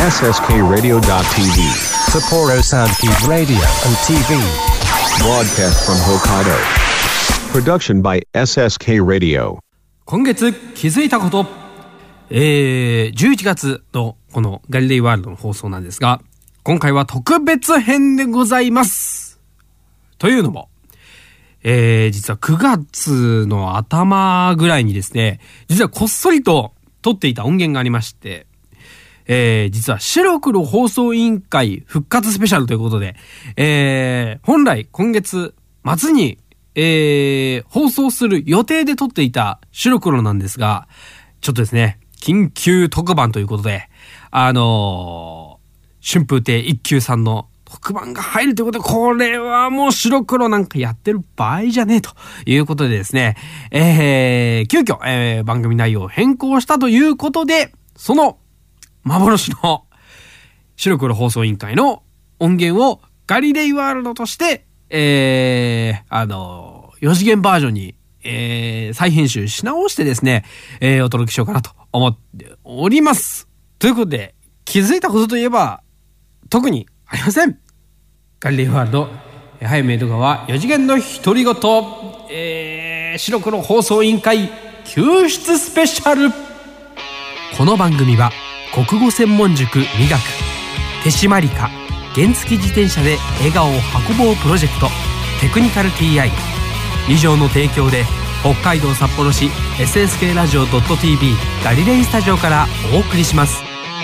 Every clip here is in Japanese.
SSKRadio.tv Sapporo Soundkeep Radio and TV Broadcast from Hokkaido Production by SSK Radio 今月気づいたこと、11月のこのガリレイワールドの放送なんですが、今回は特別編でございます。というのも、実は9月の頭ぐらいにですね、実はこっそりと撮っていた音源がありまして、実は白黒放送委員会復活スペシャルということで、本来今月末に、放送する予定で撮っていた白黒なんですが、ちょっとですね、緊急特番ということで、春風亭一休さんの特番が入るということで、これはもう白黒なんかやってる場合じゃねえということでですね、急遽、番組内容を変更したということで、その幻の白黒放送委員会の音源をガリレイワールドとして、4次元バージョンに、再編集し直してですね、お届けしようかなと思っております。ということで、気づいたことといえば、特にありません。ガリレイワールド、早見江戸川4次元の独り言、白黒放送委員会救出スペシャル。この番組は、国語専門塾磨く、手締まりか、原付自転車で笑顔を運ぼうプロジェクト、テクニカル TI、以上の提供で、北海道札幌市 SSK ラジオ .tv ガリレイスタジオからお送りします。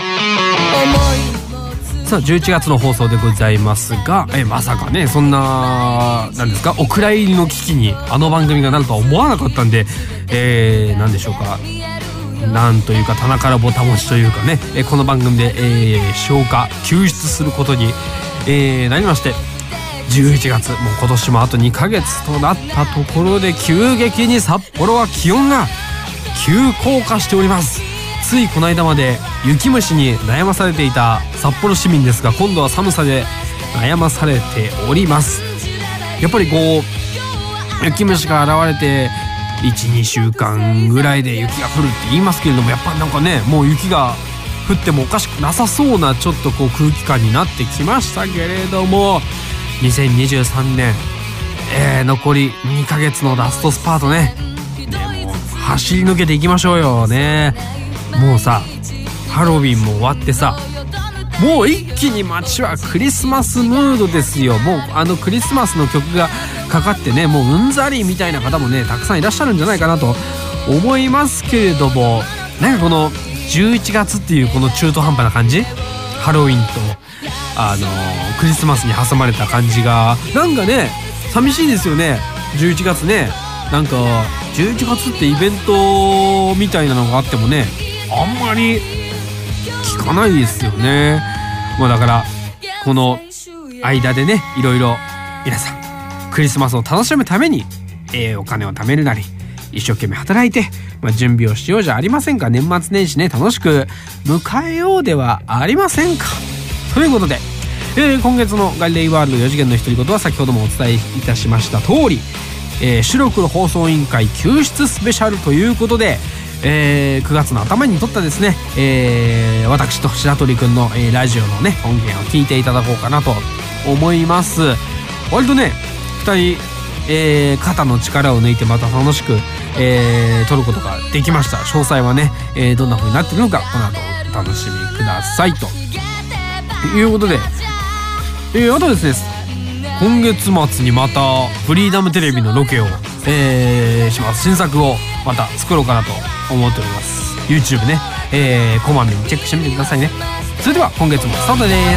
さあ、11月の放送でございますが、まさかね、そんな、なんですか、お蔵入りの危機にあの番組がなるとは思わなかったんで、なんでしょうか、なんというか棚からぼたもちというかね、この番組で、消化救出することに、なりまして、11月もう今年もあと2ヶ月となったところで、急激に札幌は気温が急降下しております。ついこの間まで雪虫に悩まされていた札幌市民ですが、今度は寒さで悩まされております。やっぱりこう雪虫が現れて 1,2 週間ぐらいで雪が降るって言いますけれども、やっぱなんかね、もう雪が降ってもおかしくなさそうなちょっとこう空気感になってきましたけれども、2023年、残り2ヶ月のラストスパートね、もう走り抜けていきましょうよね。もうさ、ハロウィンも終わってさ、もう一気に街はクリスマスムードですよ。もうクリスマスの曲がかかってね、もううんざりみたいな方もね、たくさんいらっしゃるんじゃないかなと思いますけれども、なんかこの11月っていうこの中途半端な感じ、ハロウィンとクリスマスに挟まれた感じがなんかね、寂しいですよね。11月ね、なんか11月ってイベントみたいなのがあってもね、あんまり聞かないですよね。もうだからこの間でね、いろいろ皆さんクリスマスを楽しむために、お金を貯めるなり一生懸命働いて、準備をしようじゃありませんか。年末年始ね、楽しく迎えようではありませんか。ということで、今月のガリレイワールド4次元の独り言は先ほどもお伝えいたしました通り、白黒放送委員会救出スペシャルということで、9月の頭に撮ったですね、私と白鳥くんの、ラジオのね音源を聞いていただこうかなと思います。割とね2人、肩の力を抜いてまた楽しく、撮ることができました。詳細はね、どんな風になっているのかこの後お楽しみくださいということで、あとですね、今月末にまたフリーダムテレビのロケを、します。新作をまた作ろうかなと思っております。 YouTube ね、こまめにチェックしてみてくださいね。それでは今月もスタートです。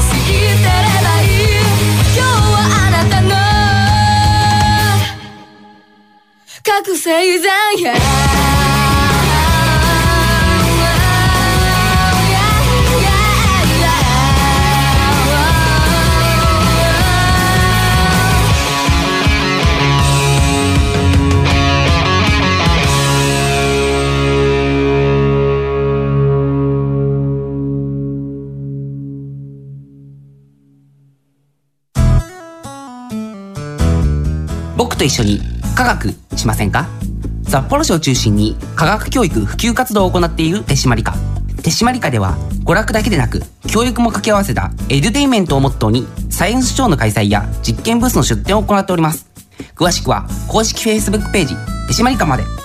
覚醒剤や僕と一緒に科学しませんか？札幌市を中心に科学教育普及活動を行っている手締まり課、 手締まり課では娯楽だけでなく教育も掛け合わせたエデュテインメントをモットーにサイエンスショーの開催や実験ブースの出展を行っております。詳しくは公式 Facebook ページ手締まり課まで。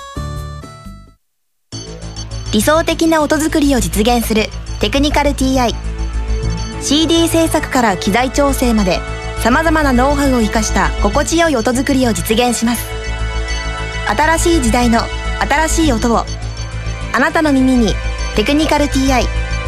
理想的な音作りを実現するテクニカル TI。 CD 制作から機材調整までさまざまなノウハウを生かした心地よい音作りを実現します。新しい時代の新しい音をあなたの耳に。テクニカル TI。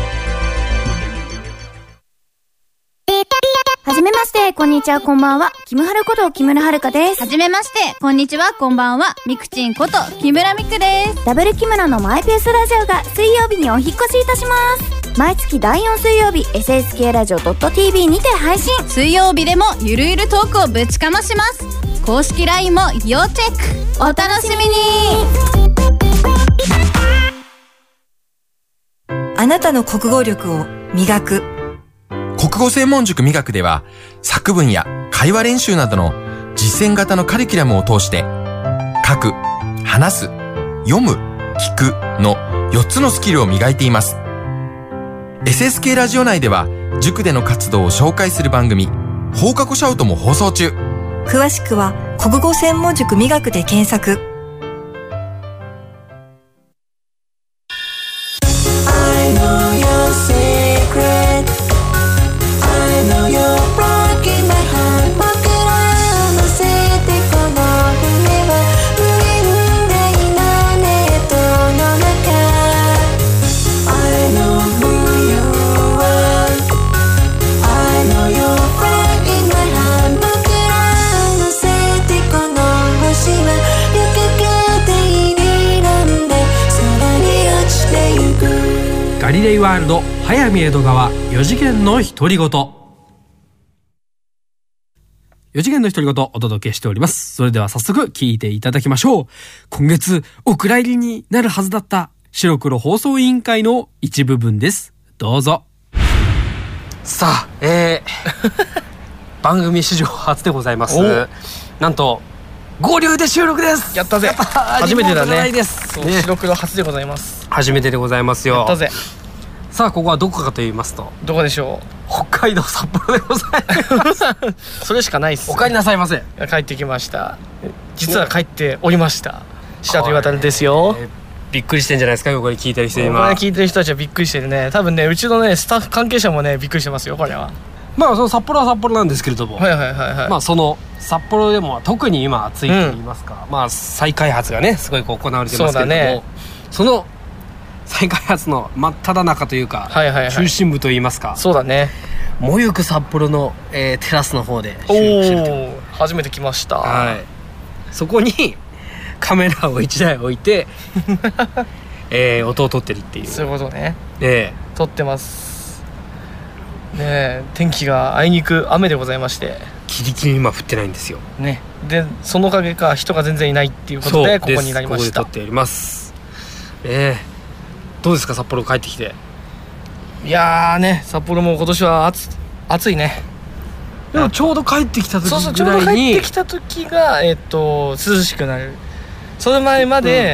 はじめまして、こんにちは、こんばんは。キムハルこと木村遥です。 はじめまして、こんにちは、こんばんは。ミクチンこと木村ミクです。 ダブル木村のマイペースラジオが水曜日にお引っ越しいたします。毎月第4水曜日 SSK ラジオ .tv にて配信。 水曜日でもゆるゆるトークをぶちかまします。公式 LINE も要チェック。お楽しみに。 あなたの国語力を磨く。 国語専門塾磨くでは、作文や会話練習などの実践型のカリキュラムを通して、書く、話す、読む、聞くの4つのスキルを磨いています。SSK ラジオ内では、塾での活動を紹介する番組、放課後シャウトも放送中。 詳しくは、国語専門塾磨くで検索。 ガリレイワールド早見江戸川4次元の独り言。4次元の独り言お届けしております。それでは早速聞いていただきましょう。今月お蔵入りになるはずだった白黒放送委員会の一部分です。どうぞ。さあ、番組史上初でございます。なんと合流で収録です。 やったぜ。初めてだね。 そう、 ね、白黒初でございます。 初めてでございますよ。 やったぜ。 さあ、ここはどこかと言いますと、 どこでしょう。北海道札幌でございます。 それしかないっす。 お帰りなさいませ。 帰ってきました。実は帰っておりました。白鳥渡ですよ。 びっくりしてんじゃないですか、これ聞いてる人今。 これ聞いてる人たちはびっくりしてるね。多分ね、うちのねスタッフ関係者もねびっくりしてますよ、これは。 まあその札幌は札幌なんですけれども、 はいはいはいはい。 まあその札幌でも特に今暑いと言いますか、まあ再開発がねすごいこう行われてますけれども、ね、その再開発の真っ只中というか、 はいはいはい、 中心部と言いますか。 そうだね。 もゆく札幌の、テラスの方で収録してると。 初めて来ました。 はい。そこにカメラを1台置いて、音を撮ってるっていう。 そういうことね。撮ってます。ね、天気があいにく雨でございまして、 キリキリ今降ってないんですよ。 ね。でそのおかげか人が全然いないっていうことでここになりました。 ここで撮っております。どうですか、札幌帰ってきて。 いやーね、札幌も今年は暑いね。 でもちょうど帰ってきた時ぐらいに、 ちょうど帰ってきた時が、涼しくなる。その前まで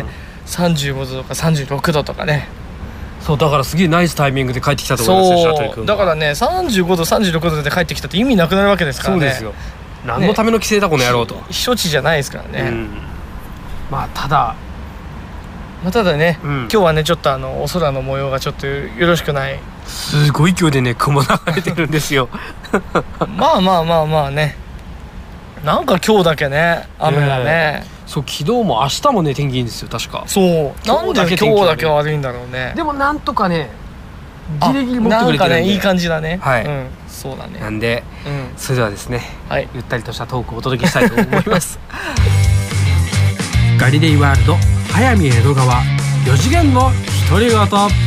35度とか36度とかね。 そうだからすげえナイスタイミングで帰ってきたと思いますよ、白鳥君。 だからね、35度36度で帰ってきたって意味なくなるわけですからね。 そうですよ。何のための規制だこの野郎と。 避暑地じゃないですからね。 まあただね、今日はねちょっとお空の模様がちょっとよろしくない。 すごい勢いでね雲流れてるんですよ。 まあね、なんか今日だけね雨がね、 そう昨日も明日もね天気いいんですよ確か。 そうなんで今日だけ悪いんだろうね。 でもなんとかねギリギリ持ってくれてるんで、 なんかねいい感じだね。 はい、 そうだね。 なんで、それではですね、ゆったりとしたトークをお届けしたいと思います。ガリレイワールド早見江戸川4次元の独り言。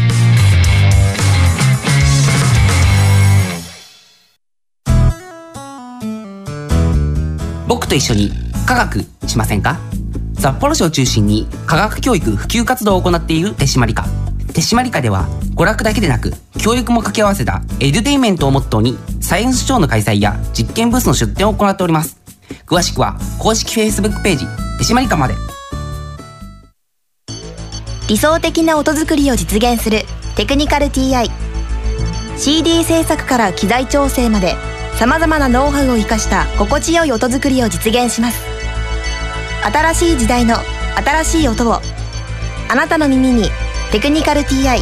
僕と一緒に科学しませんか？札幌市を中心に科学教育普及活動を行っている手締まり課。手締まり課では娯楽だけでなく教育も掛け合わせたエデュテインメントをモットーにサイエンスショーの開催や実験ブースの出展を行っております。詳しくは公式 Facebook ページ手締まり課まで。 理想的な音作りを実現するテクニカル TI。 CD 制作から機材調整までさまざまなノウハウを生かした心地よい音作りを実現します。新しい時代の新しい音をあなたの耳に。テクニカル TI。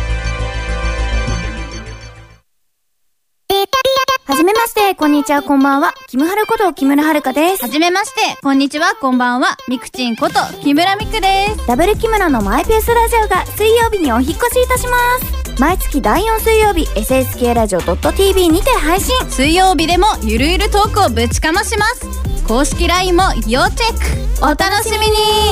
はじめまして、こんにちは、こんばんは。キムハルこと木村遥です。 はじめまして、こんにちは、こんばんは。ミクチンこと木村ミクです。 ダブル木村のマイペースラジオが水曜日にお引っ越しいたします。毎月第4水曜日 SSK ラジオ .tv にて配信。 水曜日でもゆるゆるトークをぶちかまします。公式 LINE も要チェック。お楽しみに。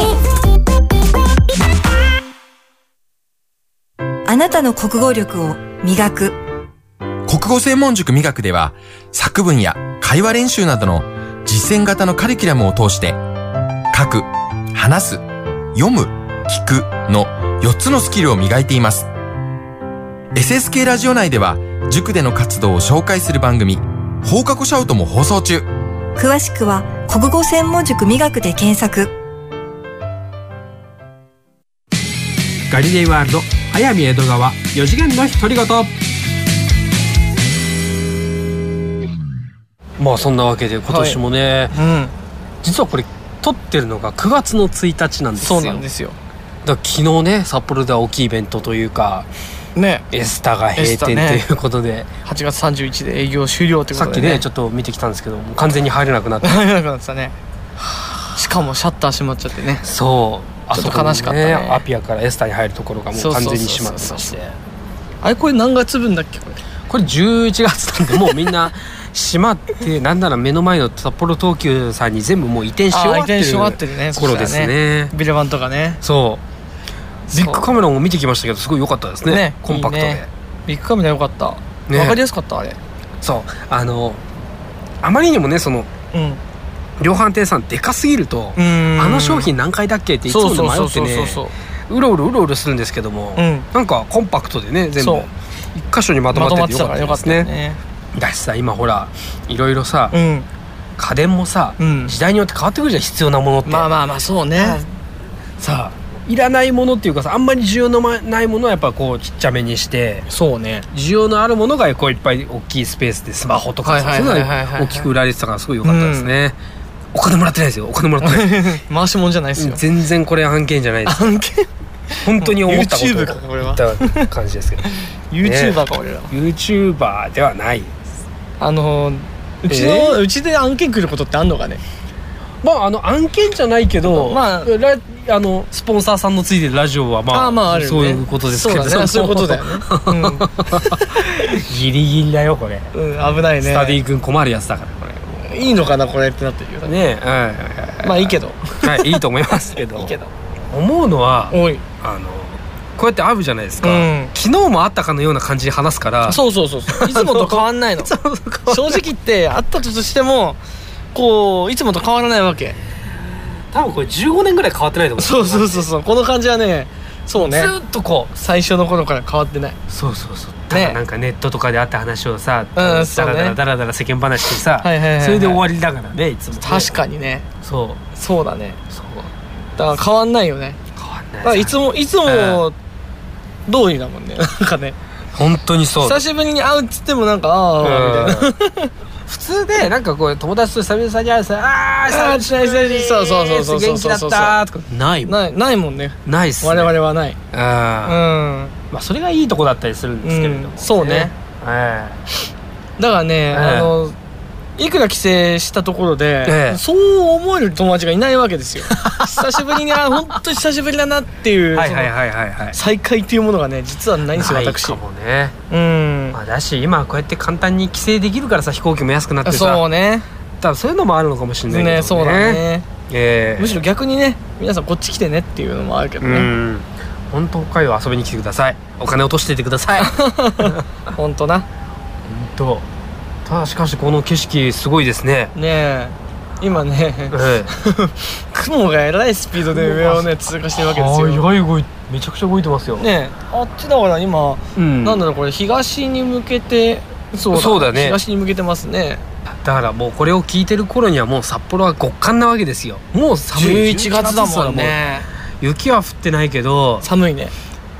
あなたの国語力を磨く。 国語専門塾磨くでは、作文や会話練習などの実践型のカリキュラムを通して、書く、話す、読む、聞くの4つのスキルを磨いています。SSK ラジオ内では、塾での活動を紹介する番組、放課後シャウトも放送中。 詳しくは国語専門塾磨くで検索。 ガリレイワールド早見江戸川4次元の独り言。まあそんなわけで今年もね、実はこれ撮ってるのが9月の1日なんですよ。 そうなんですよ。 だから昨日ね、札幌では大きいイベントというかね、 エスタが閉店ということで、 8月31日で営業終了ということで、ね、 さっきねちょっと見てきたんですけど、もう完全に入れなくなって入れなくなってたね。しかもシャッター閉まっちゃってね。 そうちょっと悲しかったね。 アピアからエスタに入るところがもう完全に閉まってまして、 あれこれ何月分だっけ。 これ11月なんで、もうみんな閉まってなんなら目の前の札幌東急さんに全部もう移転し終わってる頃ですね。 ビレバンとかね。 そうビッグカメラも見てきましたけど、すごい良かったですね。コンパクトでいい、ね、 ビッグカメラ良かった、ね、分かりやすかった。あれそうあまりにもねその、量販店さんでかすぎると、あの商品何回だっけっていつも迷ってね、うろうろするんですけども、なんかコンパクトでね全部一箇所にまとまっててよかったですね。だしさ、今ほらいろいろさ、家電もさ、時代によって変わってくるじゃん、必要なものって。 まあそうね。 さあいらないものっていうかさ、あんまり需要のないものはやっぱこうちっちゃめにして、 そうね、 需要のあるものがこういっぱい大きいスペースでスマホとかさ、そういうのが大きく売られてたからすごい良かったですね。お金もらってないですよ。お金もらってない回しもんじゃないですよ。 全然これ案件じゃないです。 案件本当に思ったことを YouTube かこれは言った感じですけど YouTuber か俺ら YouTuber ではない。 うちで案件来ることってあんのかね。 まあ案件じゃないけど、 まあスポンサーさんのついてるラジオはまああるよね、 そういうことですけど、 そういうことだよね。 ギリギリだよこれ。 危ないね。 スタディ君困るやつだからこれ。 いいのかなこれってなってるよね。まあいいけど、 いいと思いますけど。 いいけど思うのはおいこうやって会うじゃないですか、昨日も会ったかのような感じで話すから。 そういつもと変わんないの。正直言って会ったとしてもこういつもと変わらないわけ。 多分これ15年ぐらい変わってないと思う。 そうこの感じはね、そうね、 ずっとこう最初の頃から変わってない。 そうだからなんかネットとかであった話をさ、ダラダラ世間話してさ、それで終わりだからね、いつも。 確かにね。そうだね。だから変わんないよね。 変わんない。 だからいつも通りだもんね。なんかね、 本当にそう。 久しぶりに会うっつってもなんかみたいな。 普通でなんかこう友達と久々に会うさ、 そう元気だったとかないもんね。 ないっすね。 我々はない。 まあそれがいいとこだったりするんですけれども。 そうね。だからね、いくら帰省したところで、そう思える友達がいないわけですよ。久しぶりに本当に久しぶりだなっていう再会っていうものがね、実はないんですよ、私。 ないかもね。まあだし今こうやって簡単に帰省できるからさ、飛行機も安くなってさ。 そうね。 多分そういうのもあるのかもしれないけどね。 そうだね。むしろ逆にね、皆さんこっち来てねっていうのもあるけどね。 本当北海道遊びに来てください。お金落としていてください。 本当な。 本当。ただしかしこの景色すごいですね。 ねえ、今ね、雲がえらいスピードで上をね通過してるわけですよ。 めちゃくちゃ動いてますよ。 ねえ、あっちだから今、なんだろうこれ、東に向けて、 そうだね。 東に向けてますね。 だからもうこれを聞いてる頃にはもう札幌は極寒なわけですよ。もう寒い。 11月だもんね。 雪は降ってないけど寒いね。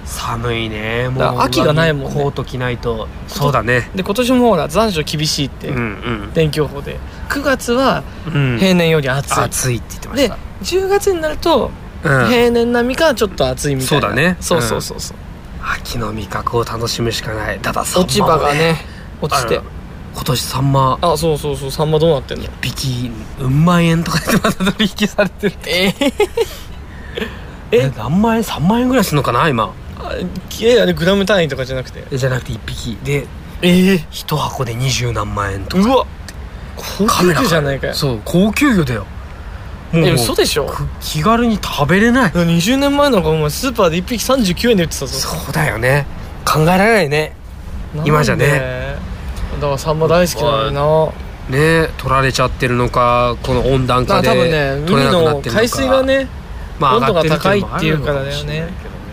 寒いね。もう秋がないもんね。 コート着ないと。そうだね。 で今年もほら残暑厳しいって、天気予報で9月は平年より暑い、 暑いって言ってました。 で10月になると平年並みかちょっと暑いみたいな。 そうだね。 そう、 秋の味覚を楽しむしかない。ただ落ち葉がね落ちて、 今年サンマ、 そうサンマどうなってんの。 1匹うん万円とかでまた取引されてるって。何万円、3万円ぐらいするのかな今。 あれグラム単位とかじゃなくて 1匹で1箱で20何万円とか。 うわ高級魚じゃないかよ。 そう高級魚だよ。 もう嘘でしょ。 気軽に食べれない。 20年前なんかお前スーパーで1匹39円で売ってたぞ。 そうだよね。考えられないね今じゃね。 だからサンマ大好きなのにな。 ね、取られちゃってるのか、この温暖化で多分ね、海の海水がね、温度が高いっていうからだよね。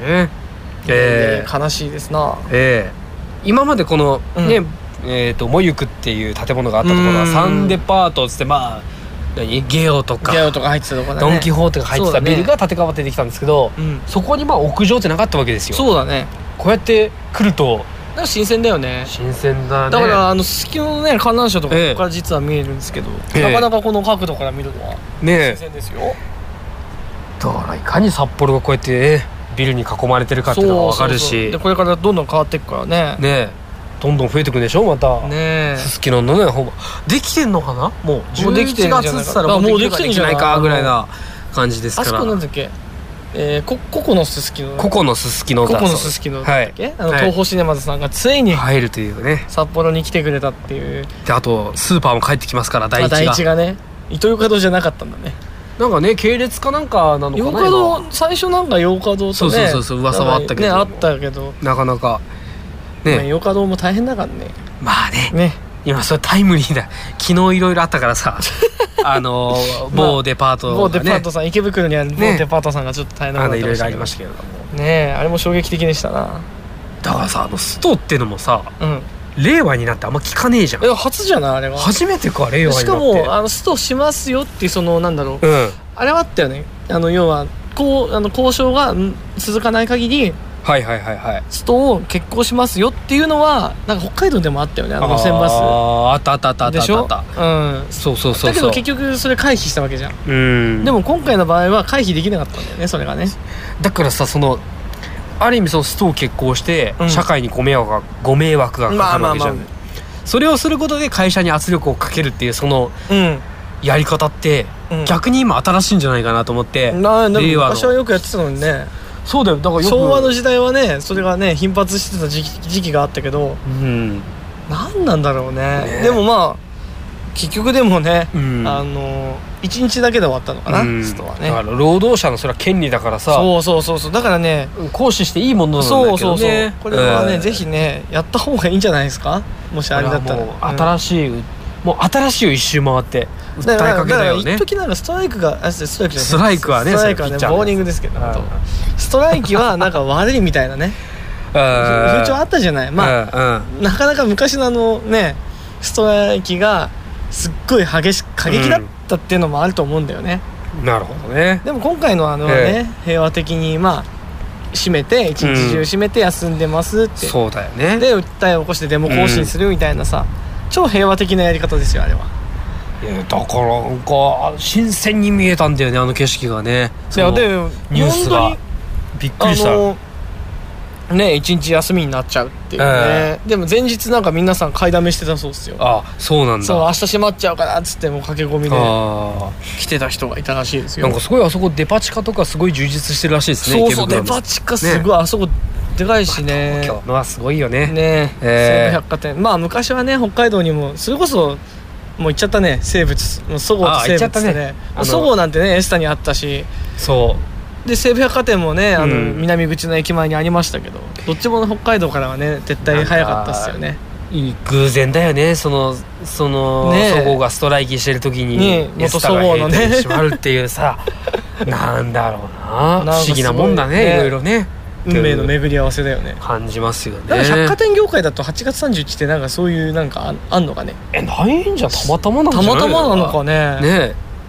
悲しいですな。 今までこのね、モユクっていう建物があったところはサンデパートつって、まあゲオとか入ってたとかね、 ドン・キホーテが入ってたビルが建て替わってできたんですけど、そこにまあ屋上ってなかったわけですよ。 そうだね。 こうやって来るとなんか新鮮だよね。 新鮮だね。 だからすすきのね観覧車とかここから実は見えるんですけど、なかなかこの角度から見るのは新鮮ですよ。 だからいかに札幌がこうやってビルに囲まれてるかっていうのが分かるし、 でこれからどんどん変わっていくからね。 どんどん増えていくんでしょまた。すすきののね、できてんのかな。もう11月っつったらもうできてんじゃないかぐらいな感じですから。 あそこなんだっけ、ココのすすきの。 ココのすすきのだっけ。東宝シネマズさんがついに入るというね、 札幌に来てくれたっていう。 であとスーパーも帰ってきますから。第一がね、イトーヨーカドーじゃなかったんだね。 なんかね系列かなんかなのかな。 ヨーカドー最初なんかヨーカドーとね、 そう噂はあったけど、 あったけどなかなかね、ヨーカドーも大変だからね。 まあね、今それタイムリーだ。昨日いろいろあったからさ某デパート、 某デパートさん、池袋にある某デパートさんがちょっと大変なことになってましたけど、 いろいろありましたけれどもね。あれも衝撃的でしたな。 だからさストってのもさ、令和になってあんま聞かねえじゃん。 初じゃないあれは。初めてか令和になって。 しかもストしますよっていうそのなんだろう、あれはあったよね。要は交渉が続かない限りストを決行しますよっていうのはなんか北海道でもあったよね。路線バスあったでしょ。そうだけど結局それ回避したわけじゃん。でも今回の場合は回避できなかったんだよね、それがね。 だからさ、ある意味そのストを決行して社会にご迷惑がかかるわけじゃん。それをすることで会社に圧力をかけるっていうそのやり方って逆に今新しいんじゃないかなと思って。 昔はよくやってたのにね。 そうだよ。だから昭和の時代はねそれがね頻発してた時期があったけど、何なんだろうね。でもまあ結局でもね、1日だけで終わったのかな、ストはね。 だから労働者のそれは権利だからさ。 そうだからね行使していいものなんだけどね。 これはね、ぜひねやった方がいいんじゃないですか、もしあれだったら。新しいを一周回って訴えかけだよね。一時なんかストライクはねボーニングですけど、ストライキはなんか悪いみたいなね風潮あったじゃない。まあなかなか昔のねストライキがすっごい過激だったっていうのもあると思うんだよね。 なるほどね。 でも今回のね平和的にまあ閉めて一日中閉めて休んでますって、 そうだよね。 で訴えを起こしてデモ行進するみたいなさ、超平和的なやり方ですよあれは。 だからなんか新鮮に見えたんだよね、あの景色がね。 いやでニュースがびっくりしたね。一日休みになっちゃうっていうね。でも前日なんか皆さん買いだめしてたそうですよ。 そうなんだ。 そう、明日閉まっちゃうからっつってもう駆け込みで来てた人がいたらしいですよ。 なんかすごいあそこデパ地下とかすごい充実してるらしいですね。 そうデパ地下すごい、あそこでかいしね。 東京のはすごいよね。 西武百貨店、まあ昔はね北海道にもそれこそもう行っちゃったね、生物もうそごうと生物ってね。そごうなんてねエスタにあったし、そうで西武百貨店もね南口の駅前にありましたけど、どっちも北海道からはね撤退早かったっすよね。 いい偶然だよね。そのそごうがストライキしてる時に元そごうのね閉まるっていうさなんだろうな、不思議なもんだね。いろいろね運命の巡り合わせだよね。 感じますよね。 だから百貨店業界だと8月31日ってなんかそういうなんかあんのかね。 ないんじゃたまたまなんじゃないの。 たまたまなのかね。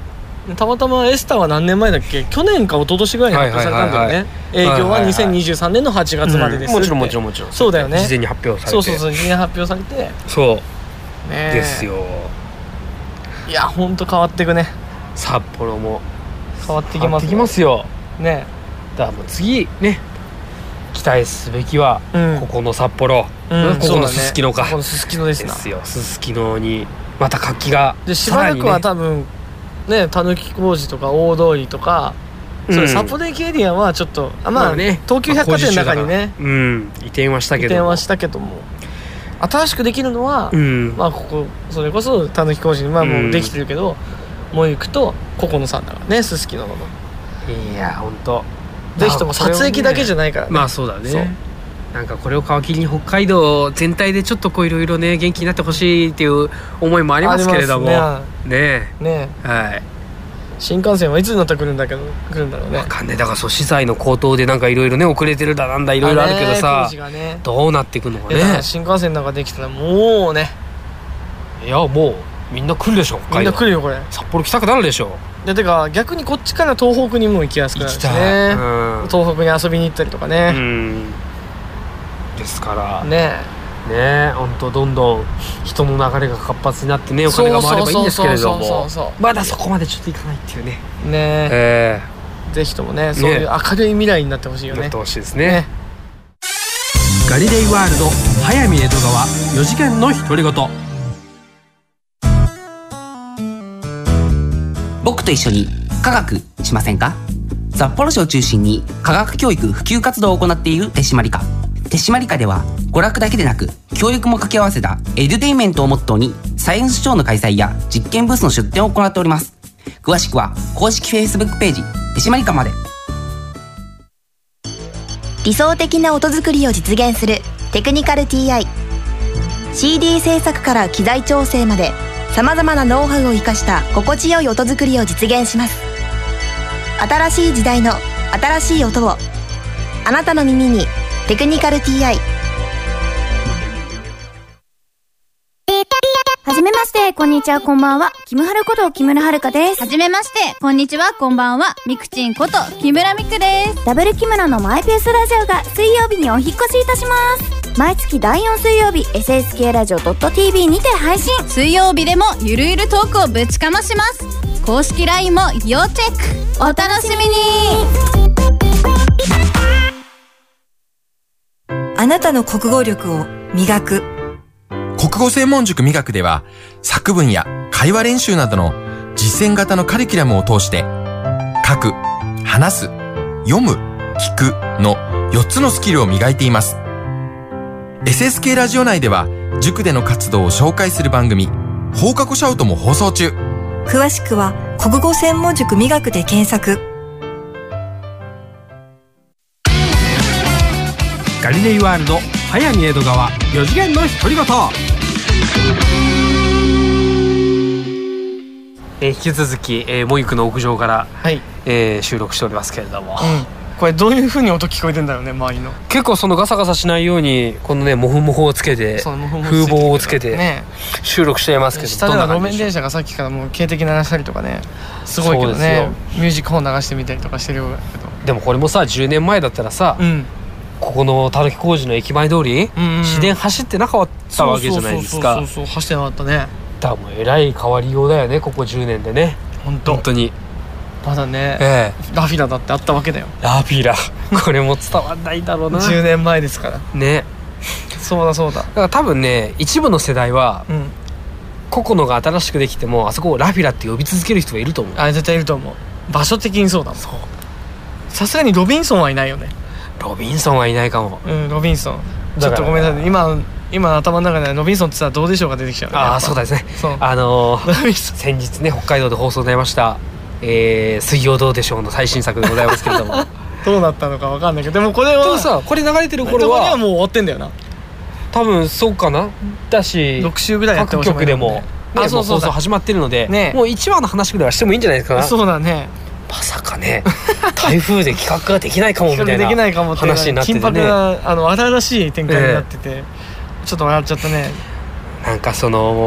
たまたまエスタは何年前だっけ、去年か一昨年ぐらいに発表されたんだよね、営業は2023年の8月までですって、 もちろんそうだよね、 事前に発表されて、 そう事前に発表されて、 そうねですよ。 いやほんと変わっていくね、 札幌も変わってきますよね。 だからもう次ね期待すべきは、ここの札幌、ここのすすきのか、 ここのすすきのですなですよ。すすきのにまた活気がで、しばらくは多分ね、たぬき工事とか大通りとか、それ札幌駅エリアはちょっとまあね、東急百貨店の中にね、 移転はしたけども、 新しくできるのは、まあここそれこそたぬき工事にもうできてるけど、もう行くとここのさんだからね、すすきのの。 いや本当ぜひとも撮影だけじゃないからね。 まあそうだね。なんかこれを皮切りに北海道全体でちょっとこういろいろね元気になってほしいっていう思いもありますけれどもね。はい。 新幹線はいつになったら来るんだろうね。 わかんない。だから資材の高騰でなんかいろいろね遅れてるだなんだいろいろあるけどさ、どうなっていくのかね。 新幹線なんかできたらもうね、 いやもうみんな来るでしょ。 みんな来るよこれ。 札幌来たくなるでしょ。 てか逆にこっちから東北にも行きやすくなるしね、東北に遊びに行ったりとかね、ですからね本当どんどん人の流れが活発になってね、お金が回ればいいんですけれども、まだそこまでちょっといかないっていうね。ぜひともね、そういう明るい未来になってほしいよね。 なってほしいですね。ガリレイワールド早見江戸川4次元の独り言。 僕と一緒に科学しませんか？札幌市を中心に科学教育普及活動を行っている手締まり課。手締まり課では娯楽だけでなく教育も掛け合わせたエデュテインメントをモットーにサイエンスショーの開催や実験ブースの出展を行っております。詳しくは公式 Facebook ページ手締まり課まで。 理想的な音作りを実現するテクニカル TI。 CD 制作から機材調整まで様々なノウハウを生かした心地よい音作りを実現します。新しい時代の新しい音をあなたの耳に。テクニカル TI。 はじめまして、こんにちは、こんばんは。キムハルこと木村遥です。 はじめまして、こんにちは、こんばんは。ミクチンこと木村ミクです。 ダブル木村のマイペースラジオが水曜日にお引っ越しいたします。毎月第4水曜日 SSK ラジオ .tv にて配信。 水曜日でもゆるゆるトークをぶちかまします。公式 LINE も要チェック。お楽しみに。 あなたの国語力を磨く。 国語専門塾磨くでは、作文や会話練習などの実践型のカリキュラムを通して、書く、話す、読む、聞くの4つのスキルを磨いています。SSK ラジオ内では、塾での活動を紹介する番組、放課後シャウトも放送中。 詳しくは、国語専門塾磨くで検索。 ガリレイワールド早見江戸川4次元の独り言。引き続き、モイクの屋上から、収録しておりますけれども、 これどういう風に音聞こえてんだよね、周りの。 結構そのガサガサしないようにこのねモフモフをつけて風防をつけて収録していますけど、 下では路面電車がさっきからもう警笛鳴らしたりとかね、すごいけどね、ミュージック本流してみたりとかしてるけど、 でもこれもさ10年前だったらさ、ここのたぬき工事の駅前通り、市電走ってなかったわけじゃないですか。 そう走ってなかったね。 だからもうえらい変わりようだよね、ここ10年でね。本当にまだね、ラフィラだってあったわけだよ。 ラフィラこれも伝わんないだろうな 10年前ですからね。 そうだだから多分ね、一部の世代は、ココノが新しくできてもあそこをラフィラって呼び続ける人がいると思う。 絶対いると思う。場所的にそうだもん。さすがにロビンソンはいないよね。 ロビンソンはいないかも。 ロビンソンちょっとごめんなさい、今頭の中でロビンソンって言ったらどうでしょうが出てきちゃう、ね、 そうですね。先日ね北海道で放送になりました水曜どうでしょうの最新作でございますけれどもどうなったのか分かんないけど、でもこれはさ、これ流れてる頃はもう終わってんだよな。 多分そうかな。だし 6週ぐらいやって各局でも放送始まってるので、もう1話の話ぐらいはしてもいいんじゃないですか。 そうだね。 まさかね台風で企画ができないかもみたいな話になっててね、緊迫な荒々しい展開になってて、ちょっと笑っちゃったね。 なんかその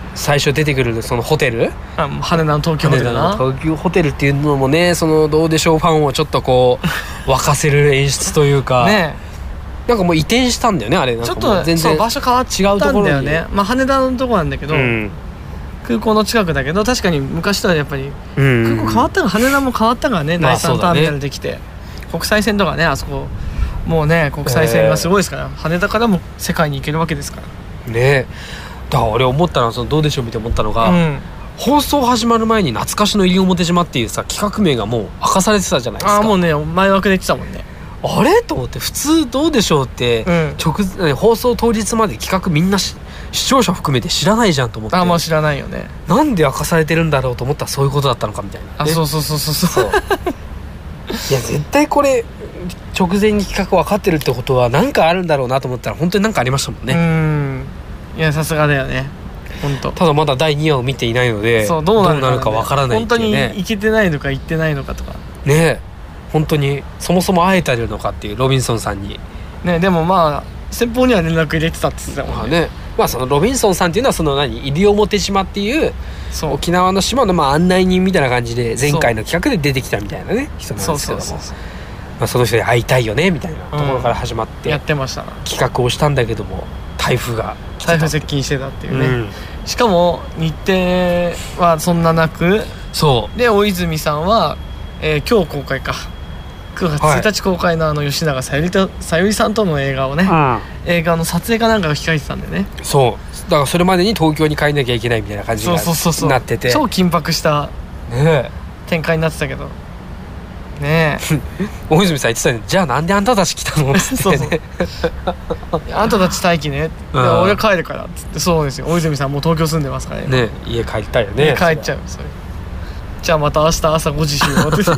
最初出てくるそのホテル、 羽田の東京ホテルな、 東京ホテルっていうのもね、そのどうでしょうファンをちょっとこう沸かせる演出というかね、 なんかもう移転したんだよね、あれ。なんかもうちょっと全然場所変わったんだよね。まあ羽田のとこなんだけど、空港の近くだけど、確かに昔とはやっぱり空港変わったが、羽田も変わったからね、第3ターミナルできて、国際線とかね、あそこもうね、国際線がすごいですから、羽田からも世界に行けるわけですからね。だから俺思ったのは、そのどうでしょう見て思ったのが、放送始まる前に懐かしの西表島っていうさ企画名がもう明かされてたじゃないですか。 もうね、前枠で言ってたもんね。 あれと思って、普通どうでしょうって、放送当日まで企画みんな視聴者含めて知らないじゃんと思って。 まあ知らないよね。 なんで明かされてるんだろうと思ったら、そういうことだったのかみたいな、ね。 そうそういや絶対これ直前に企画分かってるってことは何かあるんだろうなと思ったら、本当に何かありましたもんね。 いや、さすがだよね、本当。 ただまだ第2話を見ていないので、 そうどうなるか分からないっていうね。 本当にいけてないのか行ってないのかとかね、本当にそもそも会えてるのかっていう、ロビンソンさんにね。でもまあ先方には連絡入れてたって言ってたもんね。 まあそのロビンソンさんっていうのは、その西表島っていう沖縄の島のまあ案内人みたいな感じで、前回の企画で出てきたみたいなね人なんですけども、まあその人に会いたいよねみたいなところから始まってやってました企画をしたんだけども、台風接近してたっていうね。しかも日程はそんななく、で大泉さんは今日公開か、9月1日公開の吉永小百合さんとの映画をね、映画の撮影かなんかが控えてたんでね。 そうだからそれまでに東京に帰んなきゃいけないみたいな感じになってて、 超緊迫した展開になってたけどね。 大泉さん言ってたね、じゃあなんであんたたち来たのってね。 あんたたち待機ね、俺帰るからっつって。そうですよ、大泉さんもう東京住んでますからね。 家帰りたいよね。 帰っちゃう。それじゃあまた明日朝5時集合って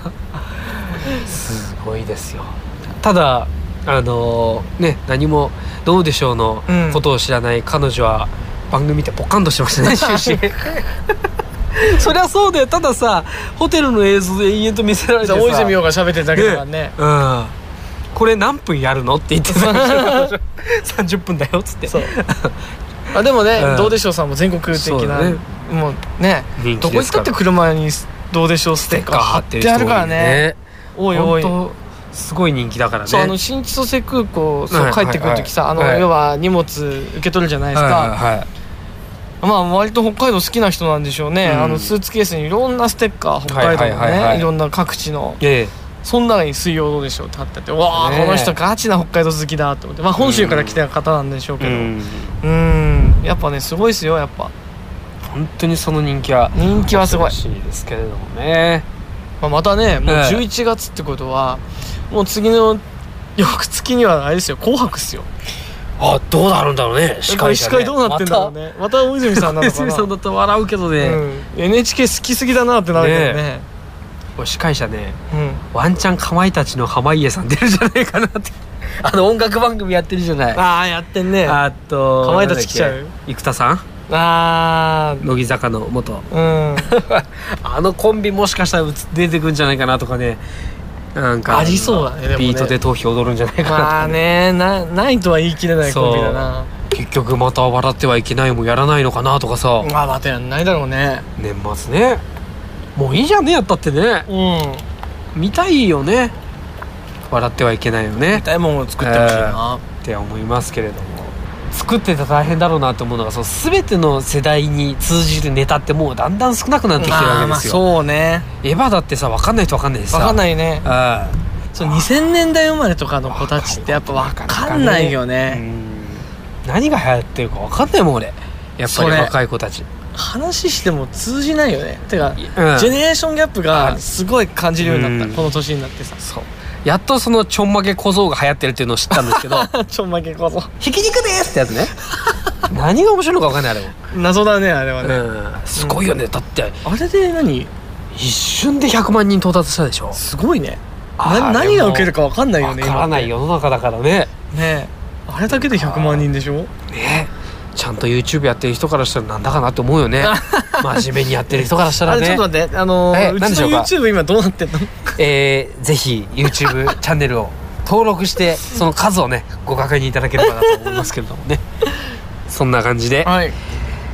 すごいですよ。ただね、何もどうでしょうのことを知らない彼女は番組見てポカンとしましたね、終始。そりゃそうだよ。たださ、ホテルの映像で延々と見せられてさ、 大泉洋が喋ってるだけだからね。 これ何分やるのって言ってた。30分だよっつって。 でもね、どうでしょうさんも全国的な、もうね、どこ行ったって車にどうでしょうステッカー貼ってあるからね。おいおい、 すごい人気だからね。 そう、新千歳空港帰ってくる時さ、要は荷物受け取るじゃないですか。まあ割と北海道好きな人なんでしょうね。スーツケースにいろんなステッカー、北海道のね、いろんな各地の、その中に水曜どうでしょうって貼ってあって、わあこの人ガチな北海道好きだと思って。まあ本州から来た方なんでしょうけど、やっぱねすごいですよ。やっぱ本当にその人気はすごいしいですけれどもね。 またね、もう11月ってことはもう次の翌月にはあれですよ、紅白っすよ。 どうなるんだろうね。司会どうなってんだろうね。また大泉さんなのかな。大泉さんだと笑うけどね、 NHK 好きすぎだなってなるけどね。 司会者ね、ワンチャンかまいたちの濱家さん出るんじゃないかなって。音楽番組やってるじゃない。 やってんね。 かまいたち来ちゃう。 生田さん、乃木坂の元、コンビもしかしたら出てくんじゃないかなとかね。なんかありそうだね。でもね、 ビートで頭皮踊るんじゃないかな。 まあね、ないとは言い切れないコンビだな。 結局また笑ってはいけないもやらないのかなとかさ。 またやんないだろうね。 年末ね、もういいじゃんね、やったってね。見たいよね。笑ってはいけないよね。 見たいもんを作ってほしいなって思いますけれども、作ってて大変だろうなと思うのが、全ての世代に通じるネタってもうだんだん少なくなってきてるわけですよ。 そうね。 エヴァだってさ、分かんない人分かんないしさ。 分かんないね。2000年代生まれとかの子たちってやっぱ分かんないよね。 何が流行ってるか分かんないもん俺。やっぱり若い子たち話しても通じないよね。てか、ジェネレーションギャップがすごい感じるようになった、この年になってさ。 そうやっとそのちょんまげ小僧が流行ってるっていうのを知ったんですけどちょんまげ小僧ひき肉ですってやつね。何が面白いのか分かんない。あれ謎だね、あれはね。 すごいよね。だってあれで一瞬で100万人到達したでしょ。 すごいね。何が受けるか分かんないよね。 分からない世の中だからね。 あれだけで100万人でしょ。 ね、ちゃんと YouTube やってる人からしたらなんだかなって思うよね。真面目にやってる人からしたらね。 ちょっと待って、うちの YouTube 今どうなってんの？ ぜひ YouTube チャンネルを登録してその数をねご確認いただければなと思いますけれどもね。そんな感じで、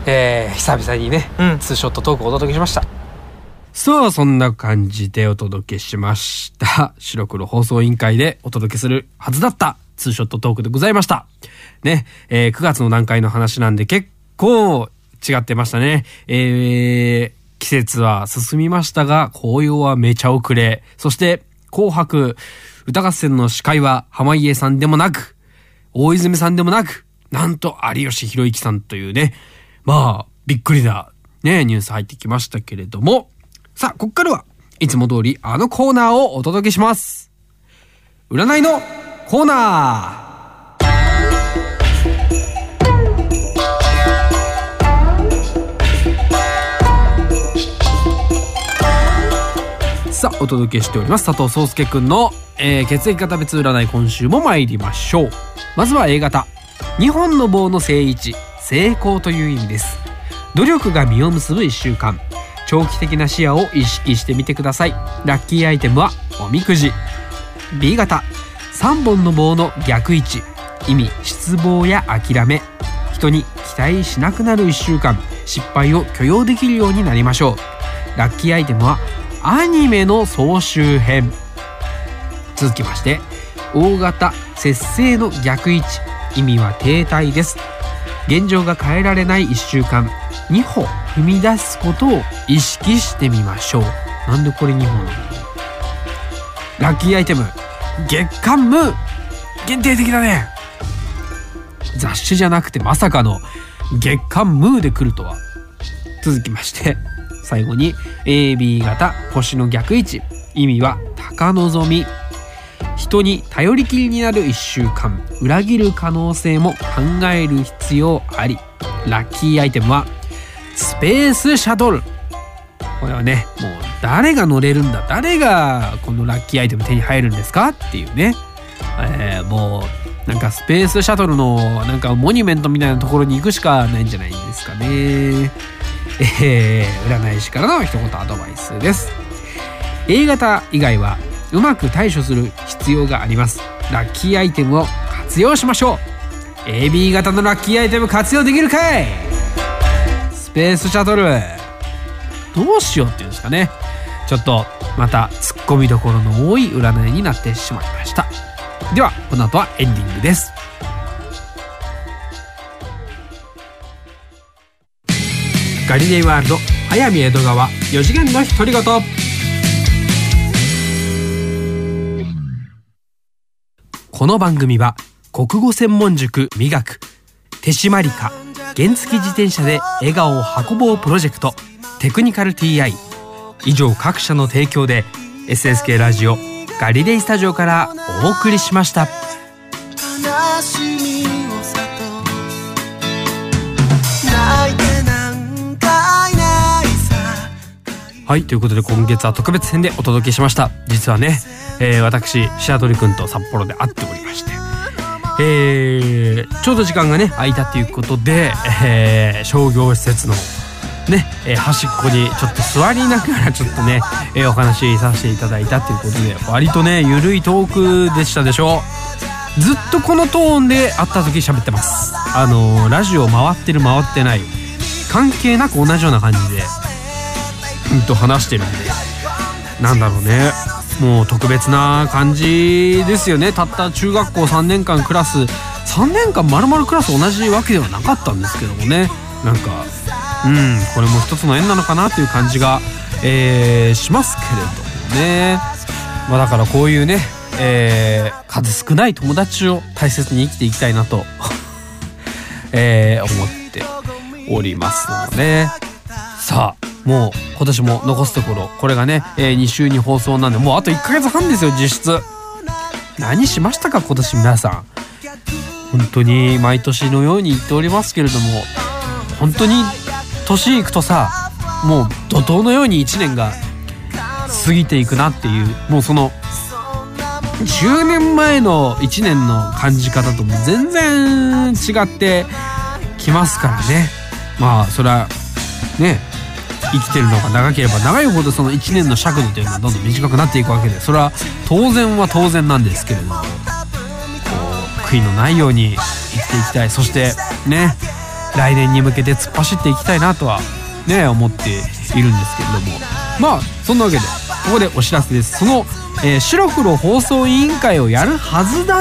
久々にね、ツーショットトークをお届けしました。さあそんな感じでお届けしました。白黒放送委員会でお届けするはずだったツーショットトークでございましたね。9月の段階の話なんで結構違ってましたね。季節は進みましたが紅葉はめちゃ遅れ、そして紅白歌合戦の司会は濱家さんでもなく大泉さんでもなく、なんと有吉弘行さんというね、まあびっくりなねニュース入ってきましたけれども、さあこっからはいつも通りあのコーナーをお届けします。占いのコーナー。さあお届けしております佐藤壮介くんの、血液型別占い、今週も参りましょう。まずは A 型、2本の棒の正位置、成功という意味です。努力が実を結ぶ1週間、長期的な視野を意識してみてください。ラッキーアイテムはおみくじ。 B 型、3本の棒の逆位置、意味失望や諦め、人に期待しなくなる1週間、失敗を許容できるようになりましょう。ラッキーアイテムはアニメの総集編。続きまして O 型、節制の逆位置、意味は停滞です。現状が変えられない1週間、2歩踏み出すことを意識してみましょう。なんでこれ2歩なの？ラッキーアイテム月刊ムー、限定的だね。雑誌じゃなくてまさかの月刊ムーで来るとは。続きまして最後に AB 型、星の逆位置、意味は高望み。人に頼りきりになる1週間、裏切る可能性も考える必要あり。ラッキーアイテムはスペースシャトル。これはね、もう誰が乗れるんだ、誰がこのラッキーアイテム手に入るんですかっていうね、もうなんかスペースシャトルのなんかモニュメントみたいなところに行くしかないんじゃないんですかね。占い師からの一言アドバイスです。 A 型以外はうまく対処する必要があります。ラッキーアイテムを活用しましょう。 AB 型のラッキーアイテム活用できるかい。スペースシャトルどうしようっていうんですかね。ちょっとまたツッコミどころの多い占いになってしまいました。ではこの後はエンディングです。ガリレイワールド早見江戸川4次元の独り言。この番組は国語専門塾美学、手締まりか原付自転車で笑顔を運ぼうプロジェクト、テクニカル TI 以上各社の提供で SSK ラジオガリレイスタジオからお送りしました。はい、ということで今月は特別編でお届けしました。実はね、私白鳥くんと札幌で会っておりまして、ちょうど時間がね空いたということで、商業施設のね、端っこにちょっと座りながらちょっとね、お話しさせていただいたということで、割とねゆるいトークでしたでしょう。ずっとこのトーンで会った時喋ってます。ラジオ回ってる回ってない関係なく同じような感じで話してるんで、なんだろうね、もう特別な感じですよね。たった中学校3年間クラス3年間丸々クラス同じわけではなかったんですけどもね、なんかこれも一つの縁なのかなっていう感じが、しますけれどもね。まあだからこういうね、数少ない友達を大切に生きていきたいなと思っておりますので、さあもう今年も残すところこれがね、2週に放送なんでもうあと1ヶ月半ですよ実質。何しましたか今年皆さん。本当に毎年のように言っておりますけれども、本当に年いくとさ、もう怒涛のように1年が過ぎていくなっていう、もうその10年前の1年の感じ方とも全然違ってきますからね。まあそれはね、生きてるのが長ければ長いほどその1年の尺度というのはどんどん短くなっていくわけで、それは当然は当然なんですけれども、こう悔いのないように生きていきたい。そしてね、 来年に向けて突っ走っていきたいなとはね思っているんですけれども、まあそんなわけでここでお知らせです。その、白黒放送委員会をやるはずだった、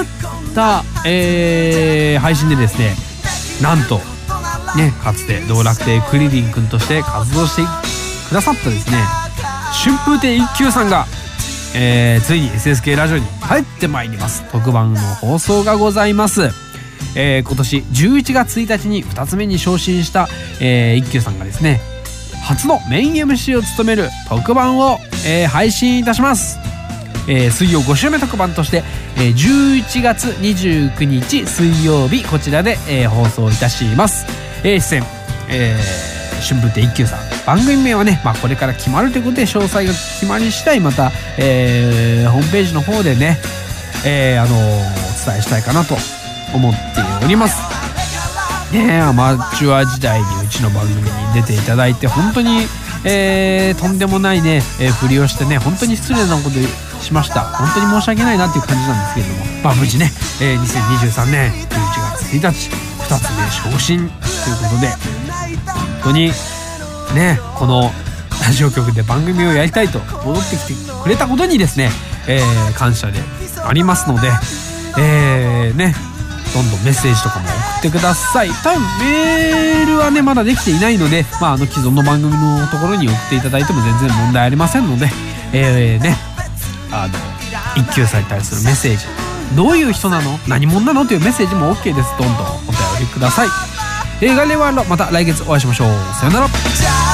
配信でですね、なんとねかつて道楽亭クリリン君として活動してくださったですね春風亭一休さんが、ついに SSK ラジオに帰ってまいります。特番の放送がございます。今年11月1日に2つ目に昇進した、一休さんがですね初のメイン MC を務める特番を、配信いたします。水曜5週目特番として、11月29日水曜日こちらで、放送いたします。出演、春風亭一休さん、番組名はね、これから決まるということで詳細が決まり次第また、ホームページの方でね、お伝えしたいかなと思っております。アマチュア時代にうちの番組に出ていただいて本当に、とんでもないね、ふりをしてね本当に失礼なことしました。本当に申し訳ないなっていう感じなんですけれども、無事ね、2023年11月1日2つ目昇進ということで、本当にねこのラジオ局で番組をやりたいと戻ってきてくれたことにですね、感謝でありますので、ねどんどんメッセージとかも送ってください。多分メールはねまだできていないので、既存の番組のところに送っていただいても全然問題ありませんので、一休さんに対するメッセージ、どういう人なの何者なのというメッセージも OK です。どんどんお便りください。ガレワーロまた来月お会いしましょう。さよなら。